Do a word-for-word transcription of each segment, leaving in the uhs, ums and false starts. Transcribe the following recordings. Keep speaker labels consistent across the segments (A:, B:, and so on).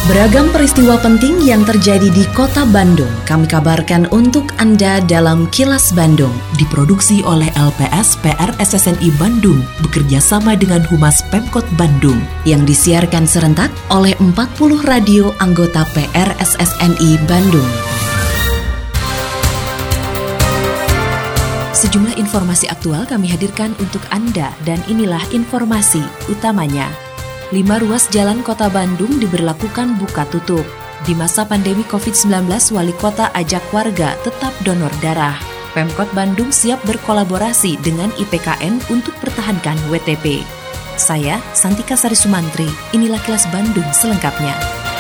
A: Beragam peristiwa penting yang terjadi di Kota Bandung kami kabarkan untuk Anda dalam Kilas Bandung. Diproduksi oleh L P S P R S S N I Bandung bekerja sama dengan Humas Pemkot Bandung yang disiarkan serentak oleh empat puluh radio anggota P R S S N I Bandung. Sejumlah informasi aktual kami hadirkan untuk Anda dan inilah informasi utamanya. Lima ruas jalan Kota Bandung diberlakukan buka tutup. Di masa pandemi covid sembilan belas, Wali Kota ajak warga tetap donor darah. Pemkot Bandung siap berkolaborasi dengan I P K N untuk pertahankan W T P. Saya, Santika Sari Sumantri, inilah Kilas Bandung selengkapnya.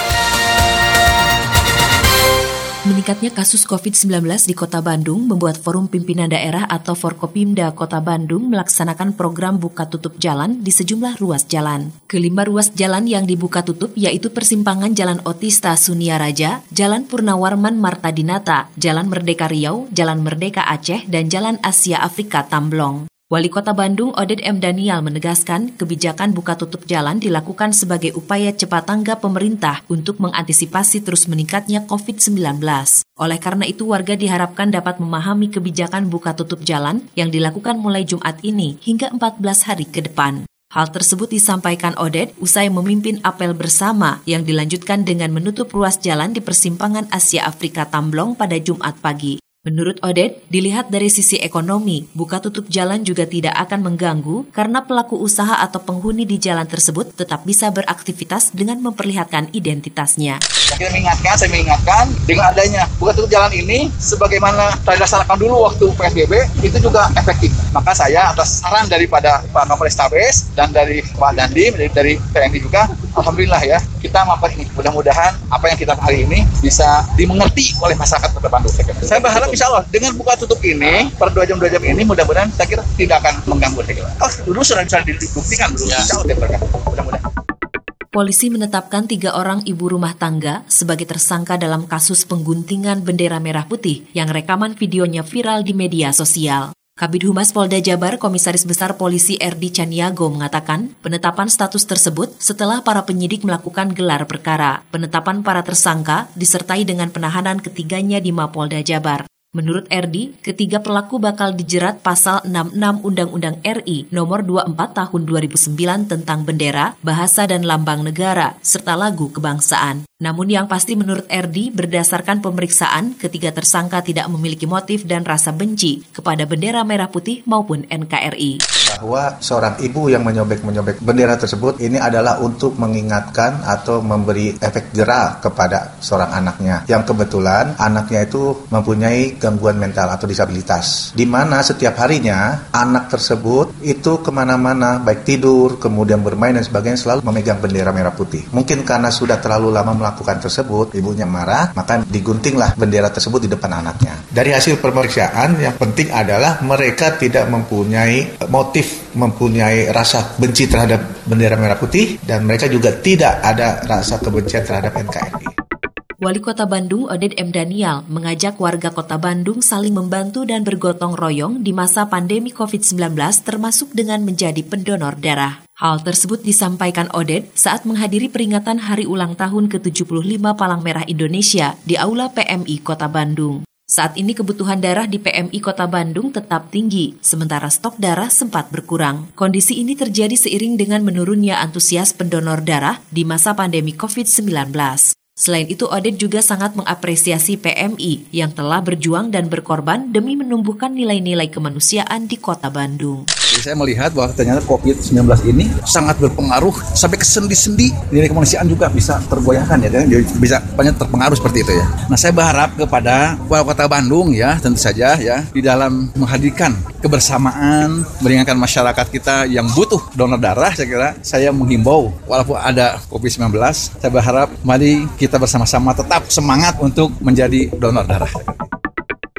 A: Meningkatnya kasus covid sembilan belas di Kota Bandung membuat Forum Pimpinan Daerah atau Forkopimda Kota Bandung melaksanakan program buka tutup jalan di sejumlah ruas jalan. Kelima ruas jalan yang dibuka tutup yaitu persimpangan Jalan Otista Suniaraja, Jalan Purnawarman Marta Dinata, Jalan Merdeka Riau, Jalan Merdeka Aceh, dan Jalan Asia Afrika Tamblong. Wali Kota Bandung Oded M. Daniel menegaskan kebijakan buka tutup jalan dilakukan sebagai upaya cepat tanggap pemerintah untuk mengantisipasi terus meningkatnya covid sembilan belas. Oleh karena itu warga diharapkan dapat memahami kebijakan buka tutup jalan yang dilakukan mulai Jumat ini hingga empat belas hari ke depan. Hal tersebut disampaikan Oded usai memimpin apel bersama yang dilanjutkan dengan menutup ruas jalan di persimpangan Asia Afrika Tamblong pada Jumat pagi. Menurut Oded, dilihat dari sisi ekonomi, buka tutup jalan juga tidak akan mengganggu karena pelaku usaha atau penghuni di jalan tersebut tetap bisa beraktivitas dengan memperlihatkan identitasnya.
B: Kita mengingatkan, saya mengingatkan dengan adanya buka tutup jalan ini sebagaimana telah dilaksanakan dulu waktu P S B B itu juga efektif. Maka saya atas saran daripada Pak Kapolres Tabes dan dari Pak Dandim, dari, dari T N I juga, alhamdulillah ya kita mampu ini. Mudah-mudahan apa yang kita hari ini bisa dimengerti oleh masyarakat Kota Bandung. Saya berharap insya Allah dengan buka tutup ini per dua jam dua jam ini mudah-mudahan saya kira tidak akan mengganggu. Oh, dulu sudah bisa dibuktikan dulu. Ya. Insya Allah mudah-mudahan.
A: Polisi menetapkan tiga orang ibu rumah tangga sebagai tersangka dalam kasus pengguntingan bendera merah putih yang rekaman videonya viral di media sosial. Kabid Humas Polda Jabar Komisaris Besar Polisi R D Caniago mengatakan penetapan status tersebut setelah para penyidik melakukan gelar perkara. Penetapan para tersangka disertai dengan penahanan ketiganya di Mapolda Jabar. Menurut R D, ketiga pelaku bakal dijerat pasal enam puluh enam Undang-Undang R I nomor dua puluh empat tahun dua ribu sembilan tentang bendera, bahasa dan lambang negara, serta lagu kebangsaan. Namun yang pasti menurut R D, berdasarkan pemeriksaan, ketiga tersangka tidak memiliki motif dan rasa benci kepada bendera merah putih maupun N K R I.
C: Bahwa seorang ibu yang menyobek-menyobek bendera tersebut ini adalah untuk mengingatkan atau memberi efek jera kepada seorang anaknya. Yang kebetulan anaknya itu mempunyai gangguan mental atau disabilitas, di mana setiap harinya anak tersebut itu kemana-mana, baik tidur, kemudian bermain dan sebagainya, selalu memegang bendera merah putih. Mungkin karena sudah terlalu lama melakukan tersebut, ibunya marah, maka diguntinglah bendera tersebut di depan anaknya. Dari hasil pemeriksaan, yang penting adalah mereka tidak mempunyai motif, mempunyai rasa benci terhadap bendera merah putih, dan mereka juga tidak ada rasa kebencian terhadap N K R I.
A: Wali Kota Bandung Oded M. Daniel mengajak warga Kota Bandung saling membantu dan bergotong royong di masa pandemi covid sembilan belas termasuk dengan menjadi pendonor darah. Hal tersebut disampaikan Oded saat menghadiri peringatan hari ulang tahun ke tujuh puluh lima Palang Merah Indonesia di Aula P M I Kota Bandung. Saat ini kebutuhan darah di P M I Kota Bandung tetap tinggi, sementara stok darah sempat berkurang. Kondisi ini terjadi seiring dengan menurunnya antusias pendonor darah di masa pandemi covid sembilan belas. Selain itu, Oded juga sangat mengapresiasi P M I yang telah berjuang dan berkorban demi menumbuhkan nilai-nilai kemanusiaan di Kota Bandung.
B: Jadi saya melihat bahwa ternyata covid sembilan belas ini sangat berpengaruh sampai ke sendi-sendi, nilai kemanusiaan juga bisa tergoyahkan ya, kan? Jadi bisa banyak terpengaruh seperti itu ya. Nah, saya berharap kepada Wali Kota Bandung ya, tentu saja ya, di dalam menghadirkan kebersamaan, meringankan masyarakat kita yang butuh donor darah, saya kira saya menghimbau walaupun ada covid sembilan belas, saya berharap mari kita bersama-sama tetap semangat untuk menjadi donor darah.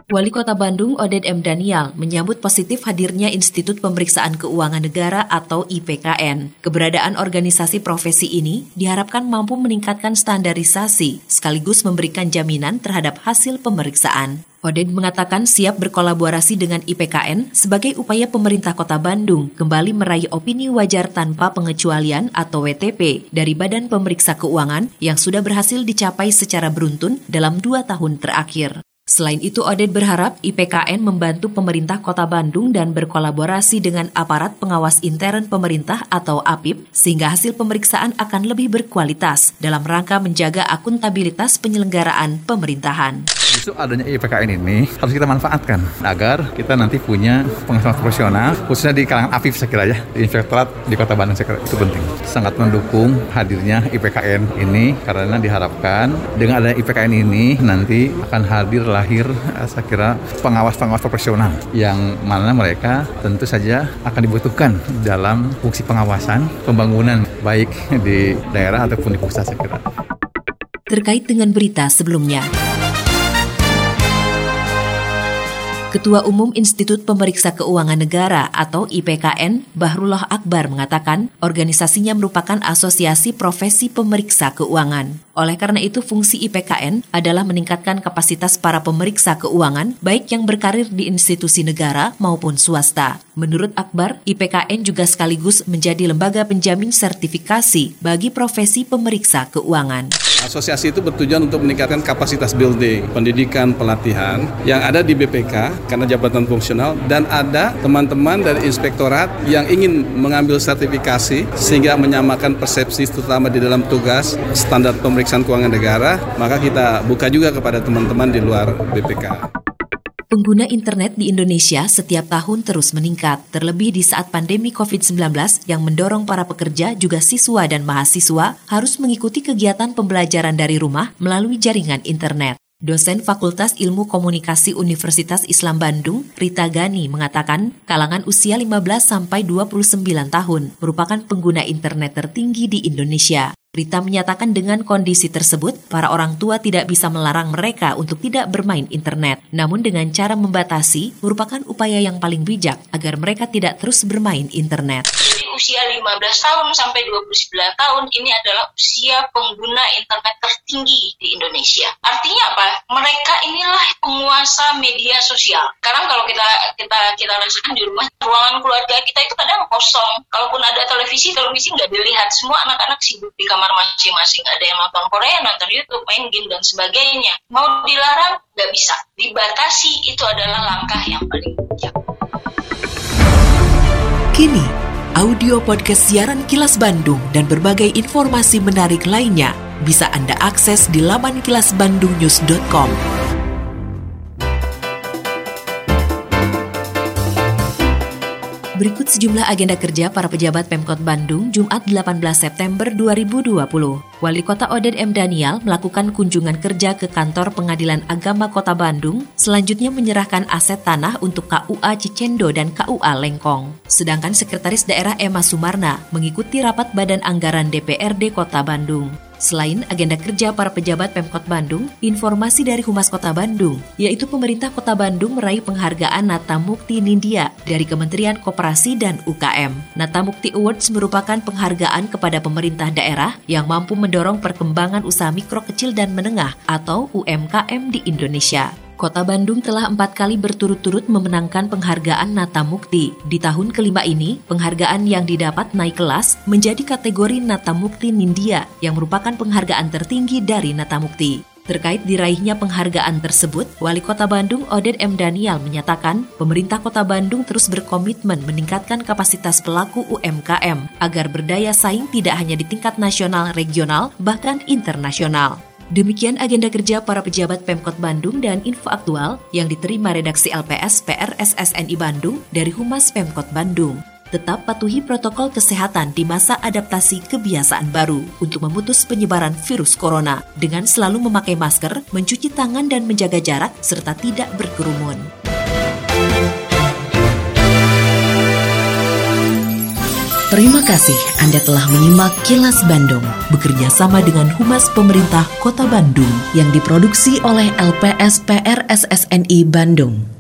A: Wali Kota Bandung Oded M. Daniel menyambut positif hadirnya Institut Pemeriksaan Keuangan Negara atau I P K N. Keberadaan organisasi profesi ini diharapkan mampu meningkatkan standarisasi sekaligus memberikan jaminan terhadap hasil pemeriksaan. Oded mengatakan siap berkolaborasi dengan I P K N sebagai upaya pemerintah Kota Bandung kembali meraih opini wajar tanpa pengecualian atau W T P dari Badan Pemeriksa Keuangan yang sudah berhasil dicapai secara beruntun dalam dua tahun terakhir. Selain itu, Oded berharap I P K N membantu pemerintah Kota Bandung dan berkolaborasi dengan aparat pengawas intern pemerintah atau A P I P sehingga hasil pemeriksaan akan lebih berkualitas dalam rangka menjaga akuntabilitas penyelenggaraan pemerintahan.
D: Justru adanya I P K N ini harus kita manfaatkan agar kita nanti punya pengawasan profesional khususnya di kalangan A P I P saya kira ya, di inspektorat di Kota Bandung saya kira itu penting. Sangat mendukung hadirnya I P K N ini karena diharapkan dengan adanya I P K N ini nanti akan hadir lahir saya kira pengawas-pengawas profesional yang mana mereka tentu saja akan dibutuhkan dalam fungsi pengawasan pembangunan baik di daerah ataupun di pusat saya kira.
A: Terkait dengan berita sebelumnya, Ketua Umum Institut Pemeriksa Keuangan Negara atau I P K N, Bahrullah Akbar mengatakan organisasinya merupakan asosiasi profesi pemeriksa keuangan. Oleh karena itu, fungsi I P K N adalah meningkatkan kapasitas para pemeriksa keuangan baik yang berkarir di institusi negara maupun swasta. Menurut Akbar, I P K N juga sekaligus menjadi lembaga penjamin sertifikasi bagi profesi pemeriksa keuangan.
E: Asosiasi itu bertujuan untuk meningkatkan kapasitas building, pendidikan, pelatihan yang ada di B P K karena jabatan fungsional dan ada teman-teman dari inspektorat yang ingin mengambil sertifikasi sehingga menyamakan persepsi terutama di dalam tugas standar pemeriksaan keuangan negara, maka kita buka juga kepada teman-teman di luar B P K.
A: Pengguna internet di Indonesia setiap tahun terus meningkat, terlebih di saat pandemi covid sembilan belas yang mendorong para pekerja juga siswa dan mahasiswa harus mengikuti kegiatan pembelajaran dari rumah melalui jaringan internet. Dosen Fakultas Ilmu Komunikasi Universitas Islam Bandung, Rita Gani, mengatakan kalangan usia lima belas sampai dua puluh sembilan tahun merupakan pengguna internet tertinggi di Indonesia. Rita menyatakan dengan kondisi tersebut, para orang tua tidak bisa melarang mereka untuk tidak bermain internet. Namun dengan cara membatasi merupakan upaya yang paling bijak agar mereka tidak terus bermain internet.
F: Jadi usia lima belas tahun sampai dua puluh sembilan tahun ini adalah usia pengguna internet tertinggi di Indonesia. Artinya apa? Mereka inilah penguasa media sosial. Sekarang kalau kita kita kita rasakan di rumah, ruangan keluarga kita itu kadang kosong. Kalaupun ada televisi, televisi nggak dilihat. Semua anak-anak sibuk di kamar masing-masing, ada yang nonton Korea, nonton YouTube, main game dan sebagainya. Mau dilarang nggak bisa, dibatasi itu adalah langkah yang paling bijak.
A: Kini audio podcast siaran Kilas Bandung dan berbagai informasi menarik lainnya bisa Anda akses di laman kilas bandung news dot com. Berikut sejumlah agenda kerja para pejabat Pemkot Bandung Jumat delapan belas September dua ribu dua puluh. Wali Kota Oded M. Daniel melakukan kunjungan kerja ke kantor Pengadilan Agama Kota Bandung, selanjutnya menyerahkan aset tanah untuk K U A Cicendo dan K U A Lengkong. Sedangkan Sekretaris Daerah Emma Sumarna mengikuti rapat Badan Anggaran D P R D Kota Bandung. Selain agenda kerja para pejabat Pemkot Bandung, informasi dari Humas Kota Bandung, yaitu pemerintah Kota Bandung meraih penghargaan Nata Mukti Nindya dari Kementerian Koperasi dan U K M. Nata Mukti Awards merupakan penghargaan kepada pemerintah daerah yang mampu mendorong perkembangan usaha mikro kecil dan menengah atau U M K M di Indonesia. Kota Bandung telah empat kali berturut-turut memenangkan penghargaan Nata Mukti. Di tahun kelima ini, penghargaan yang didapat naik kelas menjadi kategori Nata Mukti Nindya yang merupakan penghargaan tertinggi dari Nata Mukti. Terkait diraihnya penghargaan tersebut, Wali Kota Bandung Oded M. Daniel menyatakan pemerintah Kota Bandung terus berkomitmen meningkatkan kapasitas pelaku U M K M agar berdaya saing tidak hanya di tingkat nasional, regional, bahkan internasional. Demikian agenda kerja para pejabat Pemkot Bandung dan info aktual yang diterima redaksi L P S P R S S N I Bandung dari Humas Pemkot Bandung. Tetap patuhi protokol kesehatan di masa adaptasi kebiasaan baru untuk memutus penyebaran virus corona dengan selalu memakai masker, mencuci tangan dan menjaga jarak serta tidak berkerumun. Terima kasih Anda telah menyimak Kilas Bandung bekerja sama dengan Humas Pemerintah Kota Bandung yang diproduksi oleh L P S P R S S N I Bandung.